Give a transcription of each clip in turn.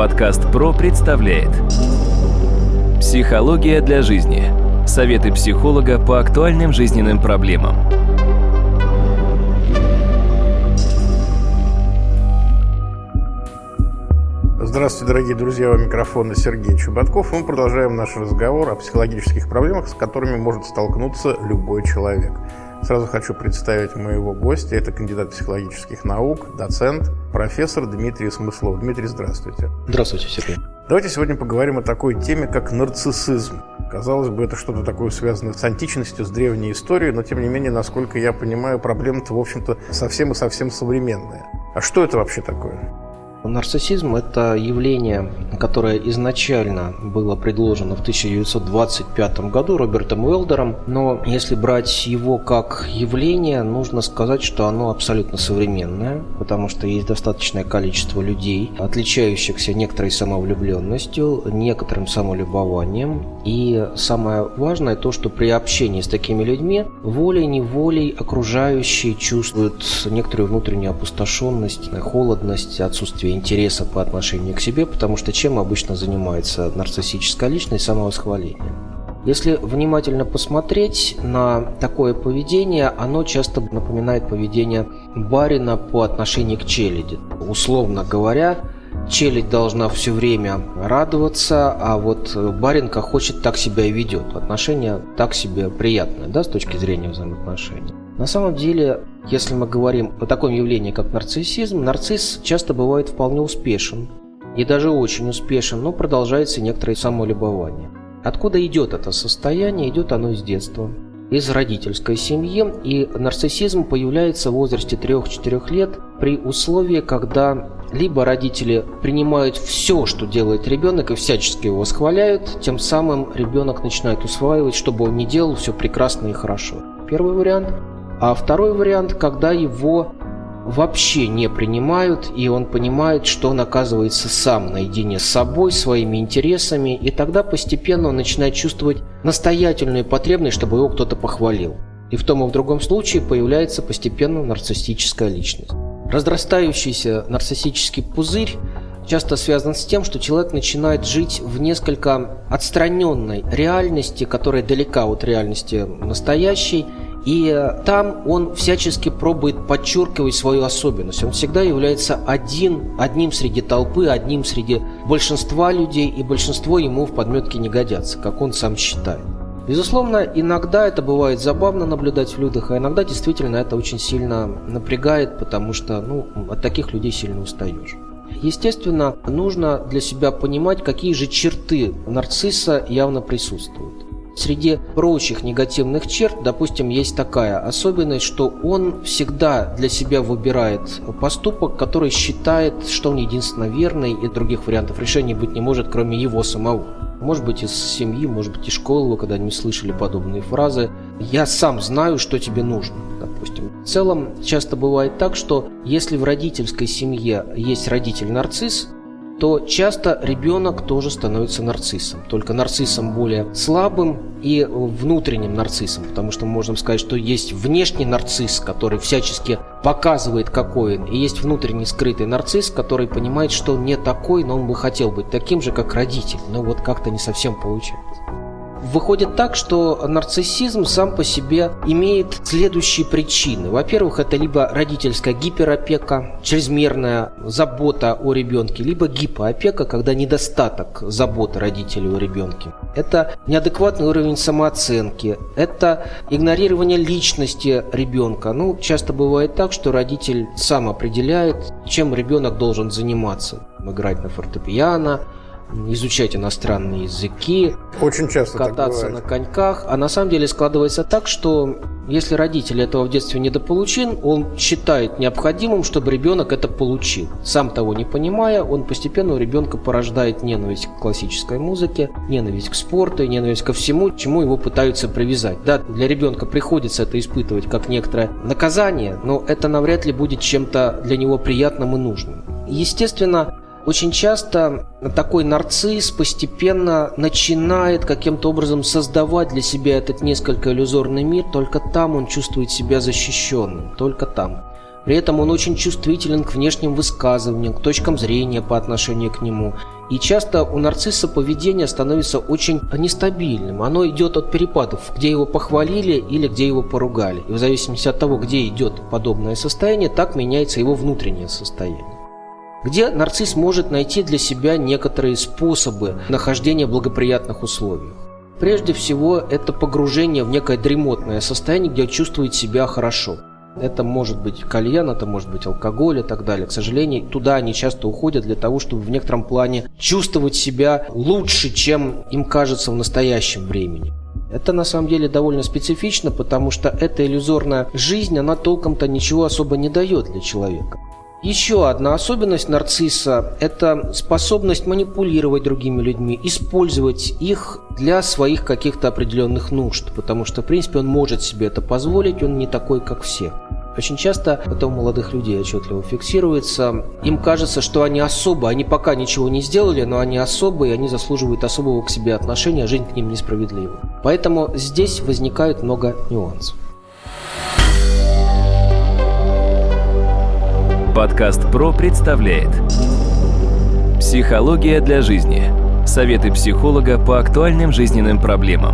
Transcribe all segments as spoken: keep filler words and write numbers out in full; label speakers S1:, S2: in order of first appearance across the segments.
S1: Подкаст ПРО представляет «Психология для жизни». Советы психолога по актуальным жизненным проблемам.
S2: Здравствуйте, дорогие друзья, у микрофона Сергей Чубатков. Мы продолжаем наш разговор о психологических проблемах, с которыми может столкнуться любой человек. Сразу хочу представить моего гостя. Это кандидат психологических наук, доцент, профессор Дмитрий Смыслов. Дмитрий, здравствуйте.
S3: Здравствуйте, Сергей.
S2: Давайте сегодня поговорим о такой теме, как нарциссизм. Казалось бы, это что-то такое связанное с античностью, с древней историей, но тем не менее, насколько я понимаю, проблема-то, в общем-то, совсем и совсем современная. А что это вообще такое?
S3: Нарциссизм – это явление, которое изначально было предложено в тысяча девятьсот двадцать пятом году Робертом Уэлдером, но если брать его как явление, нужно сказать, что оно абсолютно современное, потому что есть достаточное количество людей, отличающихся некоторой самовлюбленностью, некоторым самолюбованием, и самое важное то, что при общении с такими людьми волей-неволей окружающие чувствуют некоторую внутреннюю опустошенность, холодность, отсутствие интереса по отношению к себе, потому что чем обычно занимается нарциссическая личность? Самовосхвалением. Если внимательно посмотреть на такое поведение, оно часто напоминает поведение барина по отношению к челяди. Условно говоря, челядь должна все время радоваться, а вот баринка хочет так себя и ведет. Отношения так себе приятные, да, с точки зрения взаимоотношений. На самом деле, если мы говорим о таком явлении, как нарциссизм, нарцисс часто бывает вполне успешен, и даже очень успешен, но продолжается некоторое самолюбование. Откуда идет это состояние? Идет оно из детства, из родительской семьи, и нарциссизм появляется в возрасте трёх-четырёх лет при условии, когда либо родители принимают все, что делает ребенок, и всячески его восхваляют, тем самым ребенок начинает усваивать, чтобы он не делал, все прекрасно и хорошо. Первый вариант. А второй вариант, когда его вообще не принимают, и он понимает, что он оказывается сам наедине с собой, своими интересами, и тогда постепенно он начинает чувствовать настоятельную потребность, чтобы его кто-то похвалил. И в том и в другом случае появляется постепенно нарциссическая личность. Разрастающийся нарциссический пузырь часто связан с тем, что человек начинает жить в несколько отстраненной реальности, которая далека от реальности настоящей, и там он всячески пробует подчеркивать свою особенность. Он всегда является один, одним среди толпы, одним среди большинства людей, и большинство ему в подметке не годятся, как он сам считает. Безусловно, иногда это бывает забавно наблюдать в людях, а иногда действительно это очень сильно напрягает, потому что ну, от таких людей сильно устаешь. Естественно, нужно для себя понимать, какие же черты нарцисса явно присутствуют. Среди прочих негативных черт, допустим, есть такая особенность, что он всегда для себя выбирает поступок, который считает, что он единственно верный, и других вариантов решения быть не может, кроме его самого. Может быть, из семьи, может быть, из школы вы когда-нибудь слышали подобные фразы «я сам знаю, что тебе нужно», допустим. В целом, часто бывает так, что если в родительской семье есть родитель-нарцисс, то часто ребенок тоже становится нарциссом, только нарциссом более слабым и внутренним нарциссом, потому что мы можем сказать, что есть внешний нарцисс, который всячески показывает, какой он, и есть внутренний скрытый нарцисс, который понимает, что он не такой, но он бы хотел быть таким же, как родитель, но вот как-то не совсем получается. Выходит так, что нарциссизм сам по себе имеет следующие причины. Во-первых, это либо родительская гиперопека, чрезмерная забота о ребенке, либо гипоопека, когда недостаток заботы родителей о ребенке. Это неадекватный уровень самооценки, это игнорирование личности ребенка. Ну, часто бывает так, что родитель сам определяет, чем ребенок должен заниматься. Играть на фортепиано, изучать иностранные языки,
S2: очень часто
S3: кататься на коньках. А на самом деле складывается так, что если родитель этого в детстве недополучил, он считает необходимым, чтобы ребенок это получил. Сам того не понимая, он постепенно у ребенка порождает ненависть к классической музыке, ненависть к спорту и ненависть ко всему, к чему его пытаются привязать. Да, для ребенка приходится это испытывать как некоторое наказание, но это навряд ли будет чем-то для него приятным и нужным. Естественно, очень часто такой нарцисс постепенно начинает каким-то образом создавать для себя этот несколько иллюзорный мир, только там он чувствует себя защищенным, только там. При этом он очень чувствителен к внешним высказываниям, к точкам зрения по отношению к нему. И часто у нарцисса поведение становится очень нестабильным. Оно идет от перепадов, где его похвалили или где его поругали. И в зависимости от того, где идет подобное состояние, так меняется его внутреннее состояние. Где нарцисс может найти для себя некоторые способы нахождения в благоприятных условиях. Прежде всего, это погружение в некое дремотное состояние, где он чувствует себя хорошо. Это может быть кальян, это может быть алкоголь и так далее. К сожалению, туда они часто уходят для того, чтобы в некотором плане чувствовать себя лучше, чем им кажется в настоящем времени. Это на самом деле довольно специфично, потому что эта иллюзорная жизнь, она толком-то ничего особо не дает для человека. Еще одна особенность нарцисса – это способность манипулировать другими людьми, использовать их для своих каких-то определенных нужд, потому что, в принципе, он может себе это позволить, он не такой, как все. Очень часто это у молодых людей отчетливо фиксируется. Им кажется, что они особо, они пока ничего не сделали, но они особые, они заслуживают особого к себе отношения, а жизнь к ним несправедлива. Поэтому здесь возникает много нюансов.
S1: Подкаст «Про» представляет «Психология для жизни». Советы психолога по актуальным жизненным проблемам.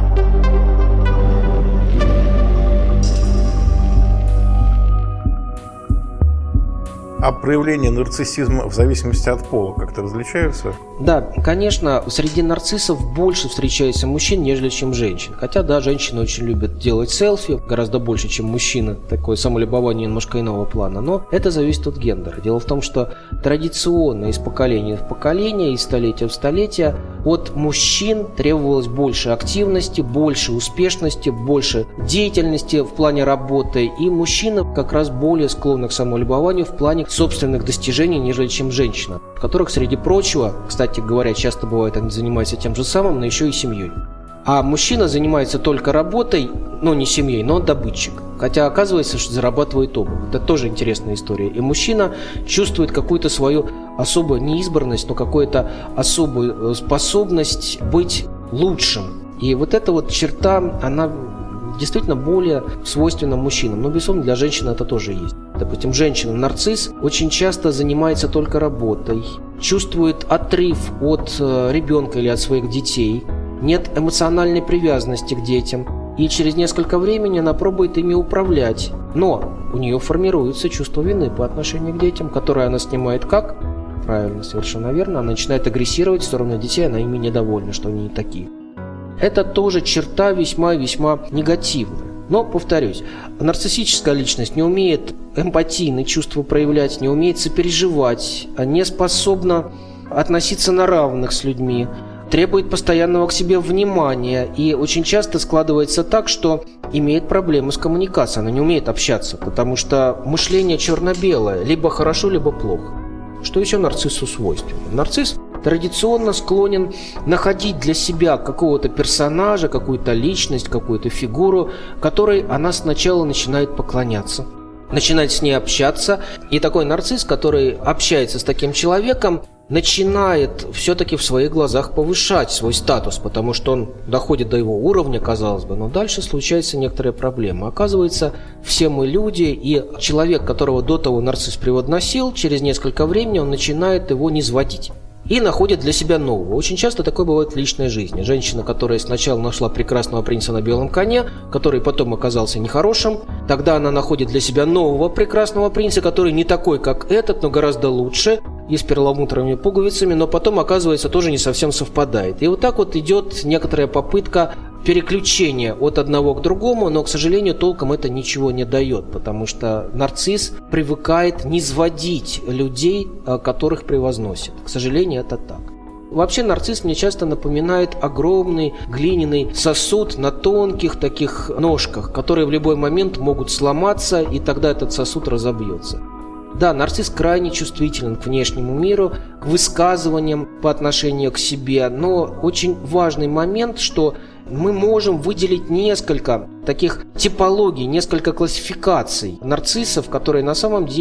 S2: А проявления нарциссизма в зависимости от пола как-то различаются?
S3: Да, конечно, среди нарциссов больше встречается мужчин, нежели чем женщин. Хотя, да, женщины очень любят делать селфи, гораздо больше, чем мужчины. Такое самолюбование немножко иного плана. Но это зависит от гендера. Дело в том, что традиционно из поколения в поколение, из столетия в столетие от мужчин требовалось больше активности, больше успешности, больше деятельности в плане работы. И мужчина как раз более склонны к самолюбованию в плане собственных достижений, нежели чем женщина, в которых, среди прочего, кстати говоря, часто бывает, они занимаются тем же самым, но еще и семьей. А мужчина занимается только работой, ну не семьей, но он добытчик. Хотя оказывается, что зарабатывает оба. Это тоже интересная история. И мужчина чувствует какую-то свою особую неизбранность, но какую-то особую способность быть лучшим. И вот эта вот черта, она действительно более свойственна мужчинам. Но, безусловно, для женщин это тоже есть. Допустим, женщина-нарцисс очень часто занимается только работой, чувствует отрыв от ребенка или от своих детей, нет эмоциональной привязанности к детям, и через несколько времени она пробует ими управлять. Но у нее формируется чувство вины по отношению к детям, которое она снимает как? Правильно, совершенно верно. Она начинает агрессировать в сторону детей, она ими недовольна, что они не такие. Это тоже черта весьма-весьма негативная. Но, повторюсь, нарциссическая личность не умеет эмпатийные чувства проявлять, не умеет сопереживать, не способна относиться на равных с людьми, требует постоянного к себе внимания и очень часто складывается так, что имеет проблемы с коммуникацией, она не умеет общаться, потому что мышление черно-белое, либо хорошо, либо плохо. Что еще нарциссу свойственно? Нарцисс традиционно склонен находить для себя какого-то персонажа, какую-то личность, какую-то фигуру, которой она сначала начинает поклоняться, начинает с ней общаться. И такой нарцисс, который общается с таким человеком, начинает все-таки в своих глазах повышать свой статус, потому что он доходит до его уровня, казалось бы, но дальше случаются некоторые проблемы. Оказывается, все мы люди, и человек, которого до того нарцисс превозносил, через несколько времени он начинает его низводить и находит для себя нового. Очень часто такое бывает в личной жизни. Женщина, которая сначала нашла прекрасного принца на белом коне, который потом оказался нехорошим, тогда она находит для себя нового прекрасного принца, который не такой, как этот, но гораздо лучше, и с перламутровыми пуговицами, но потом, оказывается, тоже не совсем совпадает. И вот так вот идет некоторая попытка переключения от одного к другому, но, к сожалению, толком это ничего не дает, потому что нарцисс привыкает низводить людей, которых превозносит. К сожалению, это так. Вообще нарцисс мне часто напоминает огромный глиняный сосуд на тонких таких ножках, которые в любой момент могут сломаться, и тогда этот сосуд разобьется. Да, нарцисс крайне чувствителен к внешнему миру, к высказываниям по отношению к себе, но очень важный момент, что мы можем выделить несколько таких типологий, несколько классификаций нарциссов, которые на самом деле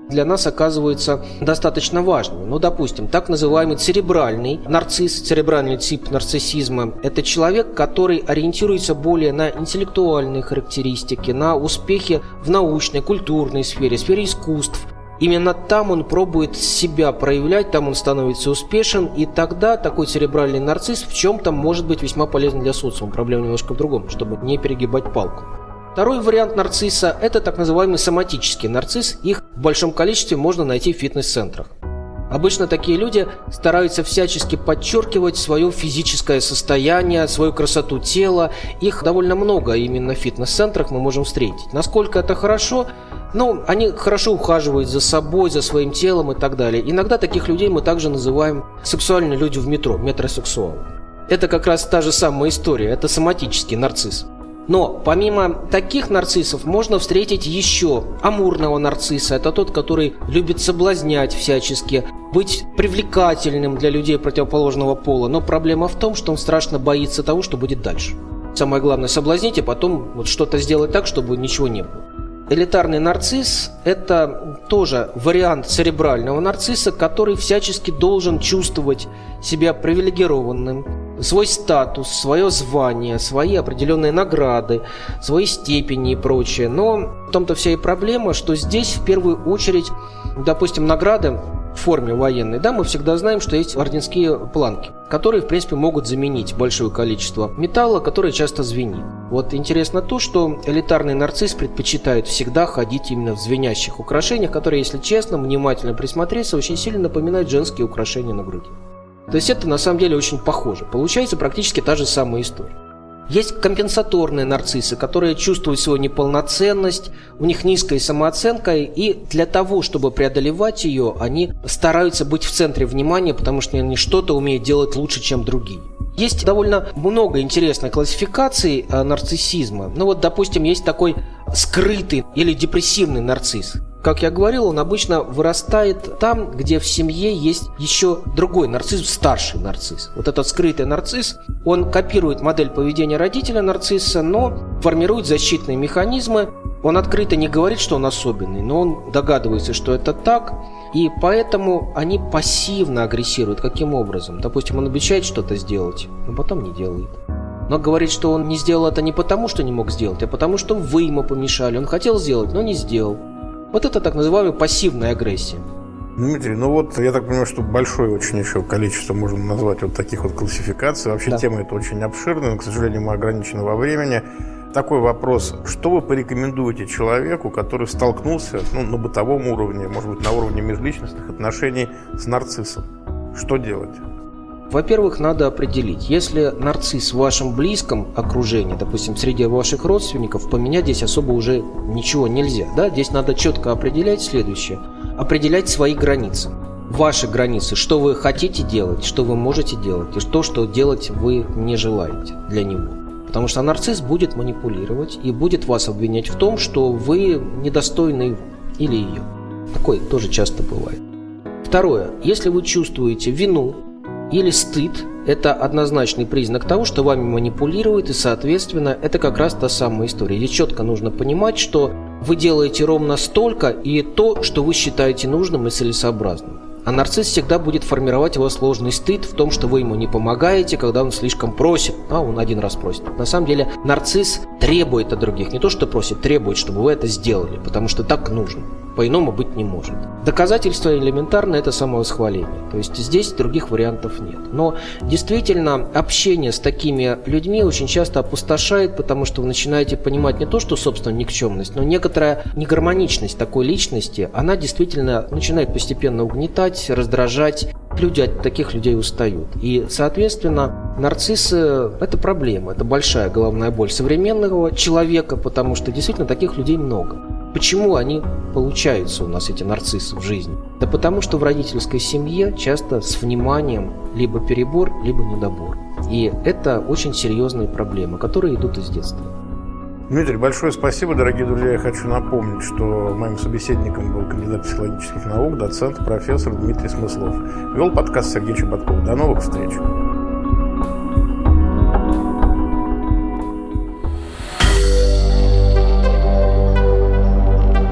S3: для нас оказываются достаточно важными. Ну, допустим, так называемый церебральный нарцисс, церебральный тип нарциссизма – это человек, который ориентируется более на интеллектуальные характеристики, на успехи в научной, культурной сфере, сфере искусств. Именно там он пробует себя проявлять, там он становится успешен, и тогда такой церебральный нарцисс в чем-то может быть весьма полезен для социума. Проблема немножко в другом, чтобы не перегибать палку. Второй вариант нарцисса – это так называемый соматический нарцисс. Их в большом количестве можно найти в фитнес-центрах. Обычно такие люди стараются всячески подчеркивать свое физическое состояние, свою красоту тела. Их довольно много именно в фитнес-центрах мы можем встретить. Насколько это хорошо? Ну, они хорошо ухаживают за собой, за своим телом и так далее. Иногда таких людей мы также называем сексуальные люди в метро, метросексуалы. Это как раз та же самая история, это соматический нарцисс. Но помимо таких нарциссов можно встретить еще амурного нарцисса. Это тот, который любит соблазнять всячески, быть привлекательным для людей противоположного пола. Но проблема в том, что он страшно боится того, что будет дальше. Самое главное – соблазнить, а потом вот что-то сделать так, чтобы ничего не было. Элитарный нарцисс – это тоже вариант церебрального нарцисса, который всячески должен чувствовать себя привилегированным, свой статус, свое звание, свои определенные награды, свои степени и прочее. Но в том-то вся и проблема, что здесь в первую очередь, допустим, награды в форме военной, да, мы всегда знаем, что есть орденские планки, которые, в принципе, могут заменить большое количество металла, которое часто звенит. Вот интересно то, что элитарный нарцисс предпочитает всегда ходить именно в звенящих украшениях, которые, если честно, внимательно присмотреться, очень сильно напоминают женские украшения на груди. То есть это на самом деле очень похоже. Получается практически та же самая история. Есть компенсаторные нарциссы, которые чувствуют свою неполноценность, у них низкая самооценка, и для того, чтобы преодолевать ее, они стараются быть в центре внимания, потому что они что-то умеют делать лучше, чем другие. Есть довольно много интересных классификаций нарциссизма. Ну вот, допустим, есть такой скрытый или депрессивный нарцисс. Как я говорил, он обычно вырастает там, где в семье есть еще другой нарцисс, старший нарцисс. Вот этот скрытый нарцисс, он копирует модель поведения родителя нарцисса, но формирует защитные механизмы. Он открыто не говорит, что он особенный, но он догадывается, что это так, и поэтому они пассивно агрессируют. Каким образом? Допустим, он обещает что-то сделать, но потом не делает. Но говорит, что он не сделал это не потому, что не мог сделать, а потому, что вы ему помешали. Он хотел сделать, но не сделал. Вот это так называемая пассивная агрессия.
S2: Дмитрий, ну вот я так понимаю, что большое очень еще количество можно назвать вот таких вот классификаций. Вообще да. Тема эта очень обширная, но, к сожалению, мы ограничены во времени. Такой вопрос. Что вы порекомендуете человеку, который столкнулся ну, на бытовом уровне, может быть, на уровне межличностных отношений с нарциссом? Что делать?
S3: Во-первых, надо определить, если нарцисс в вашем близком окружении, допустим, среди ваших родственников, поменять здесь особо уже ничего нельзя. Да? Здесь надо четко определять следующее. Определять свои границы. Ваши границы, что вы хотите делать, что вы можете делать, и то, что делать вы не желаете для него. Потому что нарцисс будет манипулировать и будет вас обвинять в том, что вы недостойны его или ее. Такое тоже часто бывает. Второе. Если вы чувствуете вину или стыд, это однозначный признак того, что вами манипулируют, и, соответственно, это как раз та самая история. Здесь четко нужно понимать, что вы делаете ровно столько и то, что вы считаете нужным и целесообразным. А нарцисс всегда будет формировать у вас ложный стыд в том, что вы ему не помогаете, когда он слишком просит. А он один раз просит. На самом деле нарцисс требует от других. Не то, что просит, требует, чтобы вы это сделали, потому что так нужно. По-иному быть не может. Доказательство элементарно – это самовосхваление. То есть здесь других вариантов нет. Но действительно общение с такими людьми очень часто опустошает, потому что вы начинаете понимать не то, что собственную никчемность, но некоторая негармоничность такой личности, она действительно начинает постепенно угнетать, раздражать. Люди от таких людей устают. И, соответственно, нарциссы – это проблема, это большая головная боль современного человека, потому что действительно таких людей много. Почему они получаются у нас, эти нарциссы, в жизни? Да потому что в родительской семье часто с вниманием либо перебор, либо недобор. И это очень серьезные проблемы, которые идут из детства.
S2: Дмитрий, большое спасибо, дорогие друзья. Я хочу напомнить, что моим собеседником был кандидат психологических наук, доцент, профессор Дмитрий Смыслов. Вел подкаст Сергей Чеботков. До новых встреч.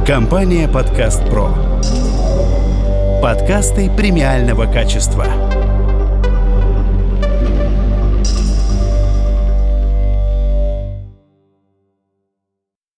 S4: Компания «Подкаст Про». Подкасты премиального качества.